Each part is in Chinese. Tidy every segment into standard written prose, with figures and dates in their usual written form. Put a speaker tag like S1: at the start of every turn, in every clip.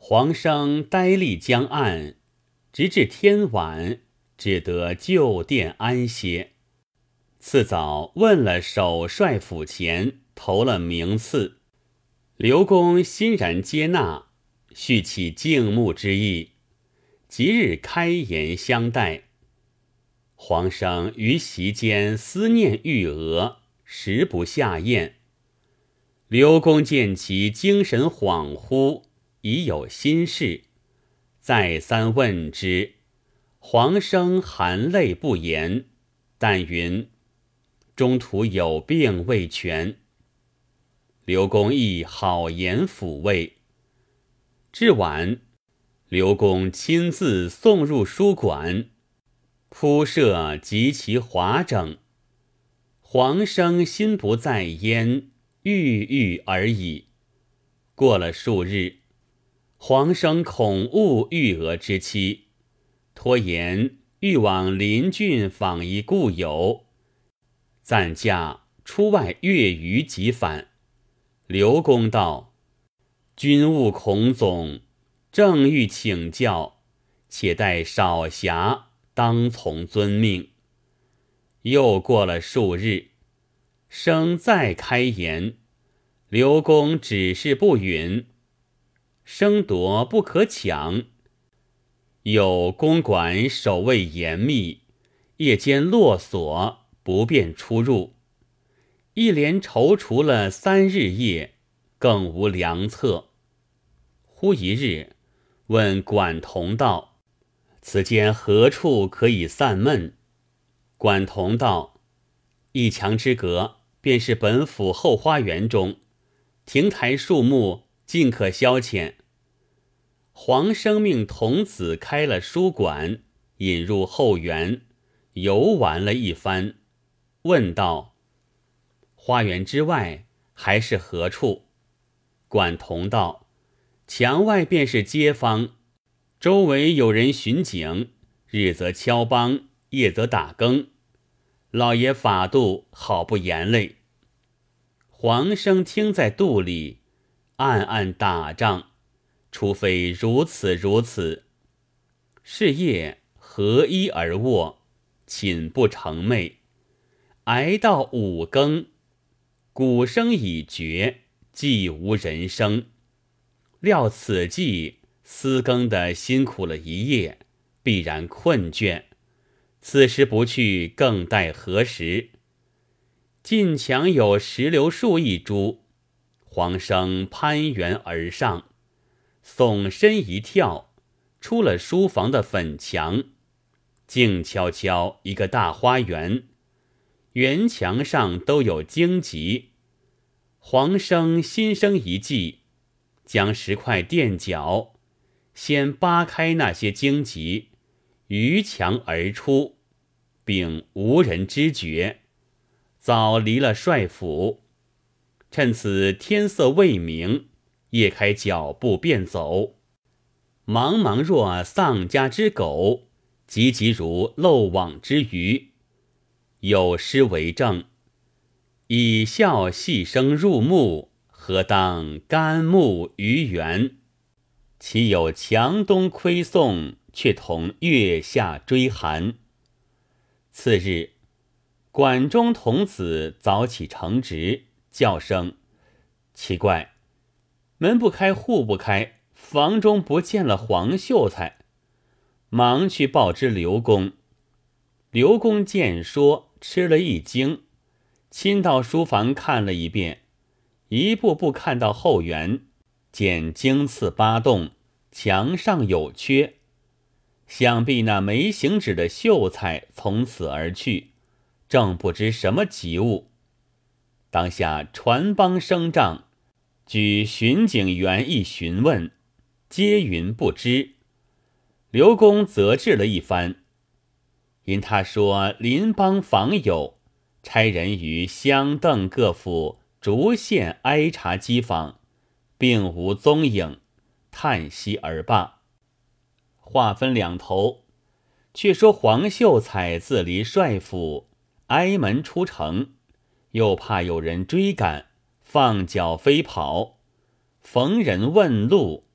S1: 黄生呆立江岸，直至天晚，只得就殿安歇。次早问了首帅府前，投了名次。刘公欣然接纳，续起敬慕之意，即日开筵相待。黄生于席间思念玉娥，食不下咽。刘公见其精神恍惚，已有心事，再三问之，黄生含泪不言，但云中途有病未全。刘公亦好言抚慰。至晚，刘公亲自送入书馆，铺设极其华整。黄生心不在焉，郁郁而已。过了数日，黄生恐误玉娥之妻，托言欲往临郡访一故友，暂驾出外月余即返。刘公道：君务孔总，正欲请教，且待少暇，当从遵命。又过了数日，生再开言，刘公只是不允。生夺不可抢，有公馆守卫严密，夜间落锁，不便出入。一连踌躇了3日夜，更无良策。忽一日，问管同道：此间何处可以散闷？管同道：一墙之隔，便是本府后花园中，亭台树木，尽可消遣。黄生命童子开了书馆，引入后园，游玩了一番，问道：花园之外还是何处？管同道：墙外便是街坊，周围有人巡警，日则敲梆，夜则打更。老爷法度好不严厉。黄生听在肚里，暗暗打仗，除非如此。是夜合衣而卧，寝不成寐。挨到5更，鼓声已绝，既无人声。料此际思更的辛苦了一夜，必然困倦，此时不去，更待何时？近墙有石榴树一株，黄生攀援而上，耸身一跳，出了书房的粉墙，静悄悄一个大花园，园墙上都有荆棘。黄生心生一计，将10块垫脚，先扒开那些荆棘，逾墙而出，并无人知觉，早离了帅府。趁此天色未明，夜开脚步便走。茫若丧家之狗，急如漏网之鱼。有诗为证：以笑细声入目，何当干木于园？岂有墙东窥送，却同月下追寒。次日，馆中童子早起承职，叫声：奇怪，门不开户不开，房中不见了黄秀才。忙去报知刘公。刘公见说，吃了一惊，亲到书房看了一遍，一步步看到后园，见荆刺8洞，墙上有缺，想必那没行止的秀才从此而去，正不知什么急务。当下传帮声仗，举巡警员一询问，皆云不知。刘公责治了一番，因他说邻邦访友，差人于乡邓各府逐县挨查稽访，并无踪影，叹息而罢。话分两头，却说黄秀才自离帅府，挨门出城，又怕有人追赶，放脚飞跑，逢人问路，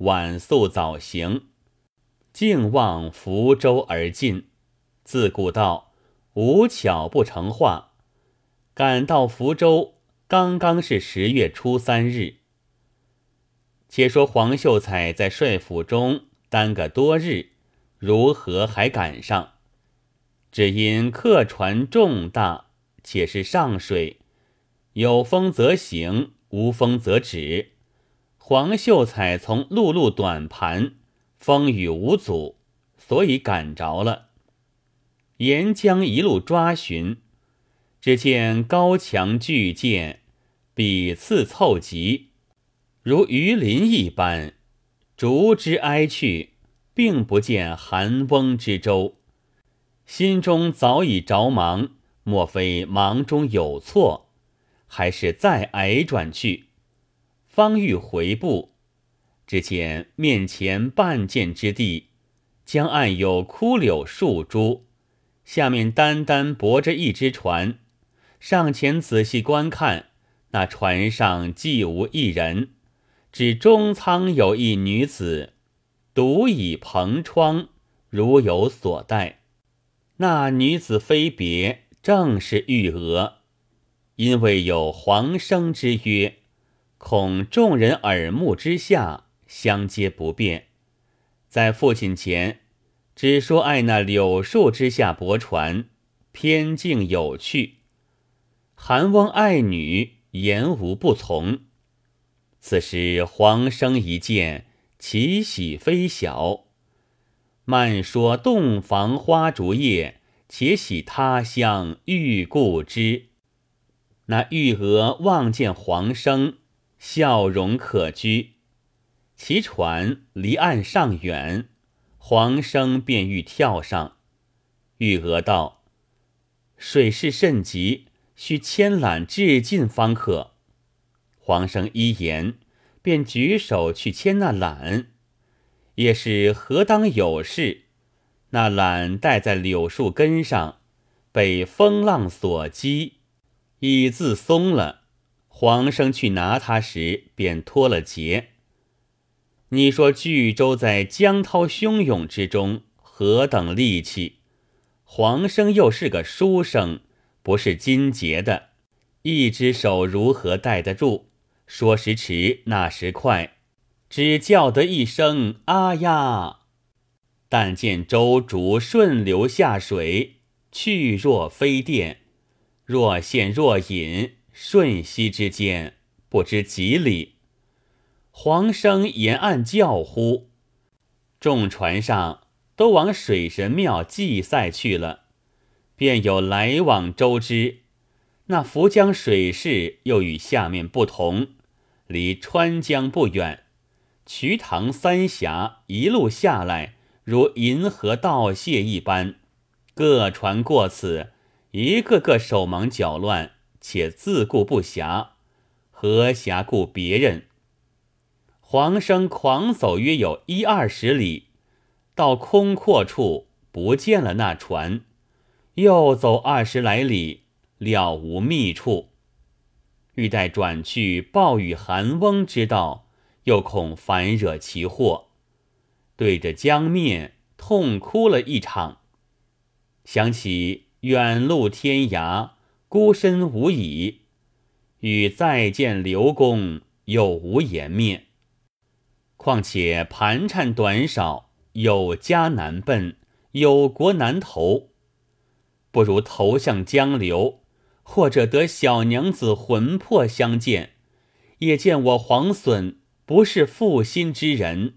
S1: 晚宿早行，径望福州而进。自古道无巧不成话，赶到福州，刚刚是10月初3日。且说黄秀才在帅府中耽搁多日，如何还赶上？只因客船重大，且是上水，有风则行，无风则止。黄秀才从陆短盘，风雨无阻，所以赶着了。沿江一路抓寻，只见高墙巨舰，彼次凑集，如鱼鳞一般，逐之挨去，并不见韩翁之舟。心中早已着忙，莫非忙中有错，还是再挨转去？方欲回步，只见面前半涧之地，江岸有枯柳数株，下面单单泊着一只船。上前仔细观看，那船上既无一人，只中舱有一女子，独倚篷窗，如有所待。那女子非别，正是玉娥。因为有黄生之约，恐众人耳目之下相接不便，在父亲前只说爱那柳树之下泊船，偏静有趣。韩翁爱女，言无不从。此时黄生一见，其喜非小。慢说洞房花烛夜，且喜他乡遇故知。那玉娥望见黄生，笑容可掬。其船离岸尚远，黄生便欲跳上。玉娥道：水势甚急，须牵缆至近方可。黄生依言，便举手去牵那缆。也是何当有事，那缆带在柳树根上，被风浪所击，已自松了。黄生去拿它时，便脱了节。你说巨舟在江涛汹涌之中，何等力气？黄生又是个书生，不是金节的，一只手如何带得住？说时迟，那时快，只叫得一声啊呀！但见舟逐顺流下水，去若飞电，若现若隐，瞬息之间，不知几里。黄生沿岸叫呼，众船上都往水神庙祭赛去了，便有来往周知。那涪江水势又与下面不同，离川江不远，瞿塘三峡一路下来，如银河倒泻一般，各船过此，一个个手忙脚乱，且自顾不暇，何暇顾别人？黄生狂走约有10-20里，到空阔处不见了那船，又走20来里，了无觅处。欲待转去报与韩翁知道，又恐烦惹其祸，对着江面痛哭了一场。想起远路天涯，孤身无倚，与再见刘公又无颜面。况且盘缠短少，有家难奔，有国难投，不如投向江流，或者得小娘子魂魄相见，也见我黄隼不是负心之人。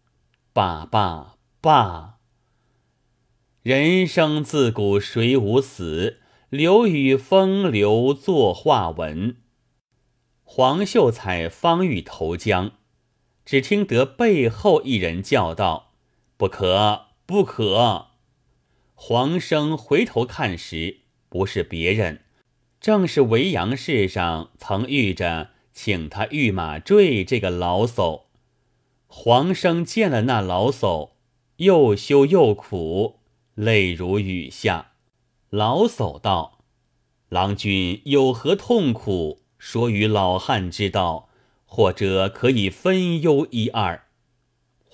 S1: 罢，人生自古谁无死，留与风流作画文。黄秀才方欲投江，只听得背后一人叫道：不可，不可！黄生回头看时，不是别人，正是维扬市上曾遇着请他御马坠这个老叟。黄生见了那老叟，又羞又苦，泪如雨下。老叟道：郎君有何痛苦，说与老汉知道，或者可以分忧一二。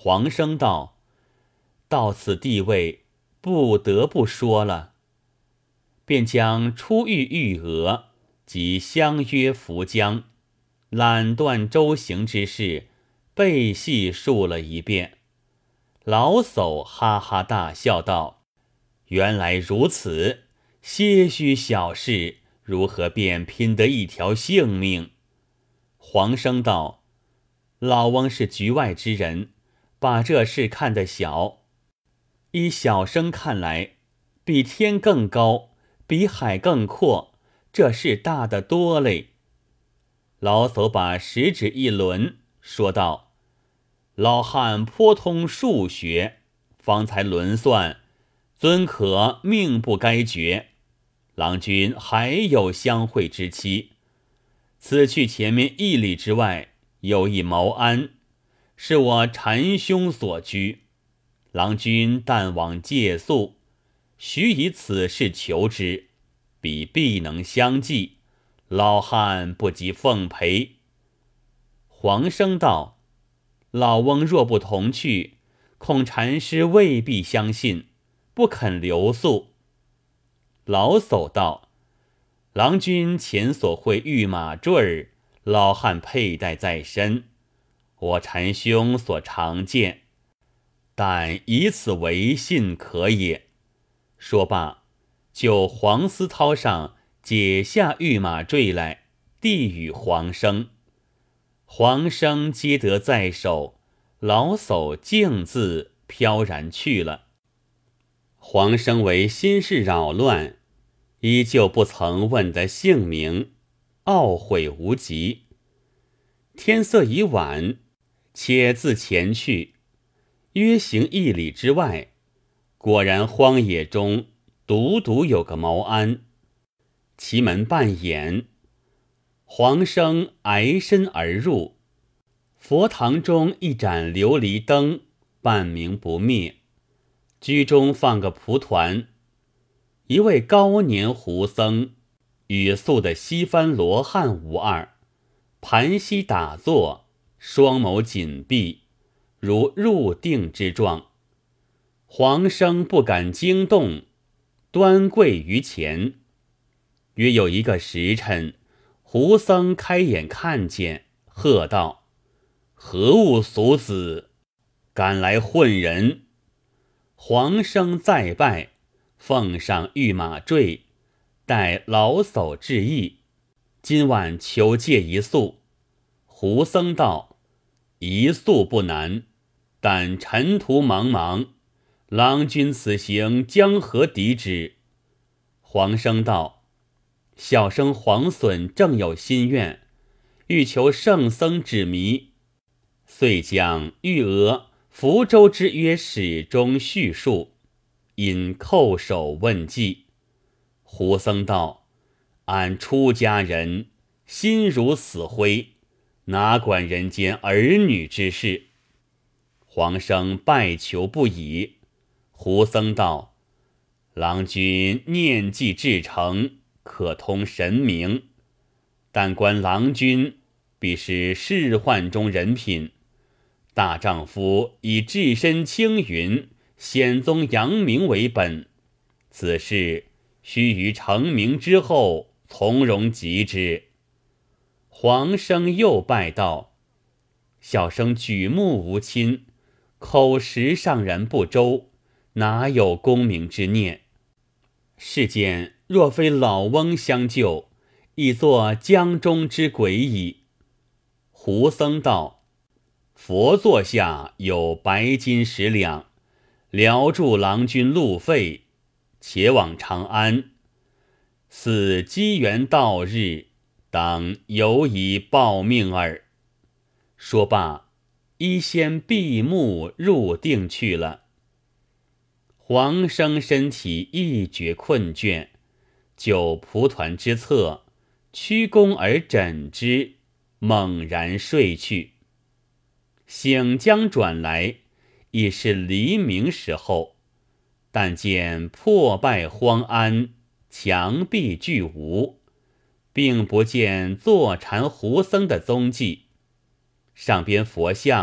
S1: 黄生道：到此地位，不得不说了。便将出狱玉额及相约扶将、揽断周行之事背细述了一遍。老叟哈哈大笑道：原来如此，些许小事如何便拼得一条性命？黄生道：老翁是局外之人，把这事看得小。依小生看来，比天更高，比海更阔，这事大得多嘞。老叟把食指一轮，说道：老汉颇通数学，方才轮算，尊可命不该绝。郎君还有相会之期，此去前面1里之外有一茅庵，是我禅兄所居。郎君但往借宿，须以此事求之，彼必能相济，老汉不及奉陪。黄生道：老翁若不同去，恐禅师未必相信，不肯留宿。老叟道：郎君前所会御马坠儿，老汉佩戴在身，我禅兄所常见，但以此为信可也。说罢，就黄丝绦上解下御马坠来，递与黄生。黄生接得在手，老叟径自飘然去了。黄生为心事扰乱，依旧不曾问得姓名，懊悔无极。天色已晚，且自前去，约行1里之外，果然荒野中独有个茅庵，其门半掩。黄生挨身而入，佛堂中一盏琉璃灯半明不灭，居中放个蒲团，一位高年胡僧与素的西番罗汉无二，盘膝打坐，双眸紧闭，如入定之状。黄生不敢惊动，端跪于前。约有1个时辰，胡僧开眼看见，喝道：何物俗子，敢来混人？黄生再拜，奉上御马坠，待老叟致意，今晚求借一宿。胡僧道：一宿不难，但尘途茫茫，郎君此行将何敌之？黄生道：小生黄隼正有心愿，欲求圣僧指迷，遂将玉娥福州之约始终叙述，因叩首问计。胡僧道：俺出家人，心如死灰，哪管人间儿女之事？黄生拜求不已。胡僧道：郎君念记至诚，可通神明，但观郎君必是世宦中人品，大丈夫以置身青云、显宗扬名为本，此事须于成名之后从容及之。黄生又拜道：小生举目无亲，口实尚然不周，哪有功名之念？世间若非老翁相救，已作江中之鬼矣。胡僧道：佛座下有白金10两，疗助郎君路费，且往长安。似机缘到日，当有以报命耳。说罢，依先闭目入定去了。黄生身体一觉困倦，就蒲团之侧，屈躬而枕之，猛然睡去。醒将转来，已是黎明时候，但见破败荒安，墙壁俱无，并不见坐禅胡僧的踪迹。上边佛像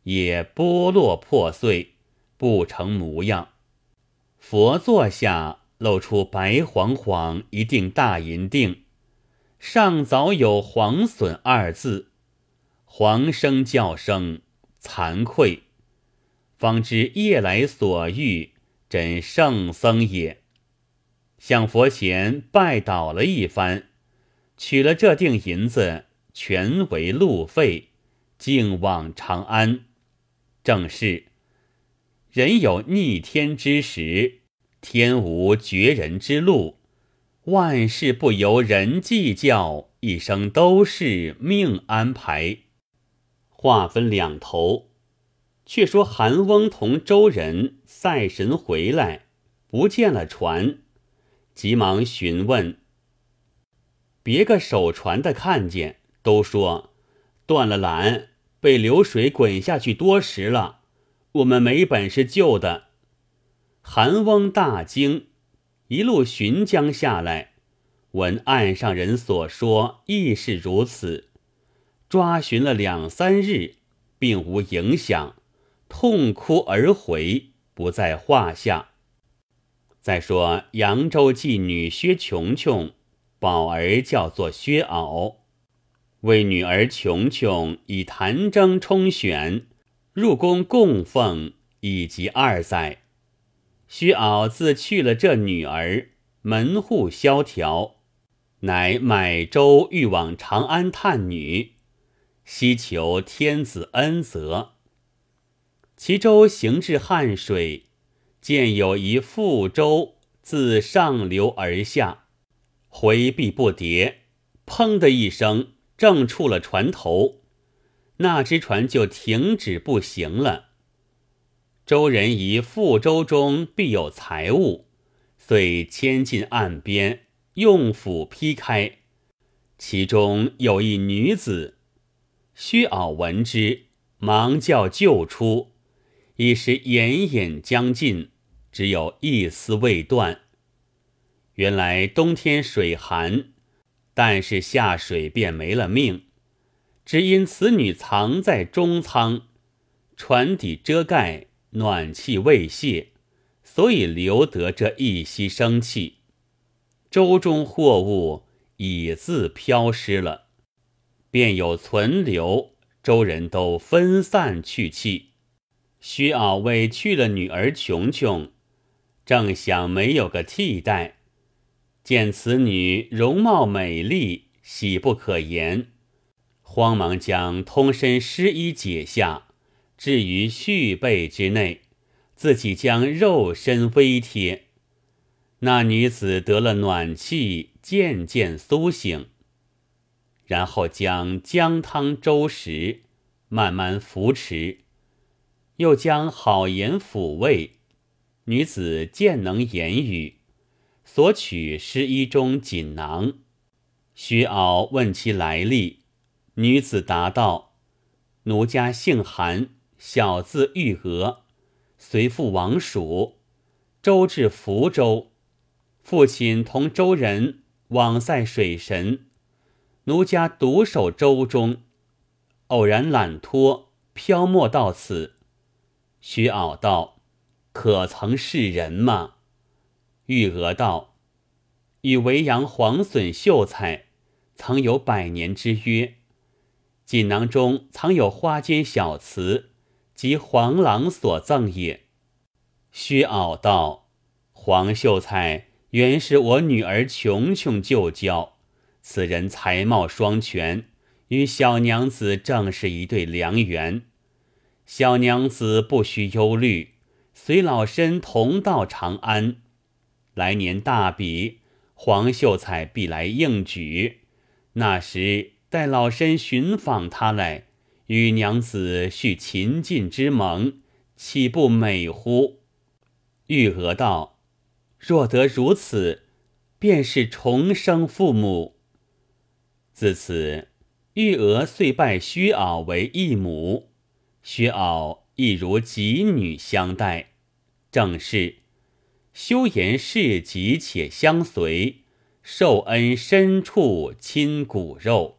S1: 也剥落破碎，不成模样。佛座下露出白晃晃一锭大银锭，上早有黄损二字，黄声叫声惭愧，方知夜来所遇真圣僧也。向佛前拜倒了一番，取了这锭银子，全为路费，径往长安。正是人有逆天之时，天无绝人之路，万事不由人计较，一生都是命安排。话分两头，却说韩翁同周人赛神回来，不见了船，急忙询问。别个守船的看见，都说断了缆，被流水滚下去多时了，我们没本事救的。韩翁大惊，一路寻江下来，闻岸上人所说亦是如此，抓寻了2-3日，并无影响，痛哭而回，不在话下。再说扬州妓女薛琼琼，宝儿叫做薛媪，为女儿琼琼以弹筝充选，入宫供奉已及2载。薛媪自去了这女儿，门户萧条，乃买舟欲往长安探女，希求天子恩泽。其舟行至汉水，见有一覆舟自上流而下，回避不迭，砰的一声，正触了船头，那只船就停止不行了。周人疑覆舟中必有财物，遂牵进岸边，用斧劈开，其中有一女子。薛媪闻之，忙叫救出，已是奄奄将尽，只有一丝未断。原来冬天水寒，但是下水便没了命，只因此女藏在中舱，船底遮盖，暖气未泄，所以留得这一息生气。舟中货物已自飘失了，便有存留，周人都分散去气。薛媪为去了女儿琼琼，正想没有个替代，见此女容貌美丽，喜不可言，慌忙将通身湿衣解下，置于絮背之内，自己将肉身微贴。那女子得了暖气，渐渐苏醒，然后将姜汤粥食，慢慢扶持，又将好言抚慰。女子渐能言语，索取湿衣中锦囊。薛媪问其来历，女子答道：奴家姓韩，小字玉娥，随父往蜀，舟至福州，父亲同舟人往赛水神，奴家独守舟中，偶然懒脱，飘没到此。薛媪道：可曾是人吗？玉娥道：与维扬黄笋秀才曾有100年之约，锦囊中藏有花间小词，即黄郎所赠也。薛媪道：黄秀才原是我女儿琼琼旧交，此人才貌双全，与小娘子正是一对良缘。小娘子不须忧虑，随老身同到长安，来年大比，黄秀才必来应举，那时待老身寻访他来，与娘子续秦晋之盟，岂不美乎？玉娥道：若得如此，便是重生父母。自此，玉娥遂拜薛媪为义母，薛媪亦如己女相待。正是修言事急且相随，受恩深处亲骨肉。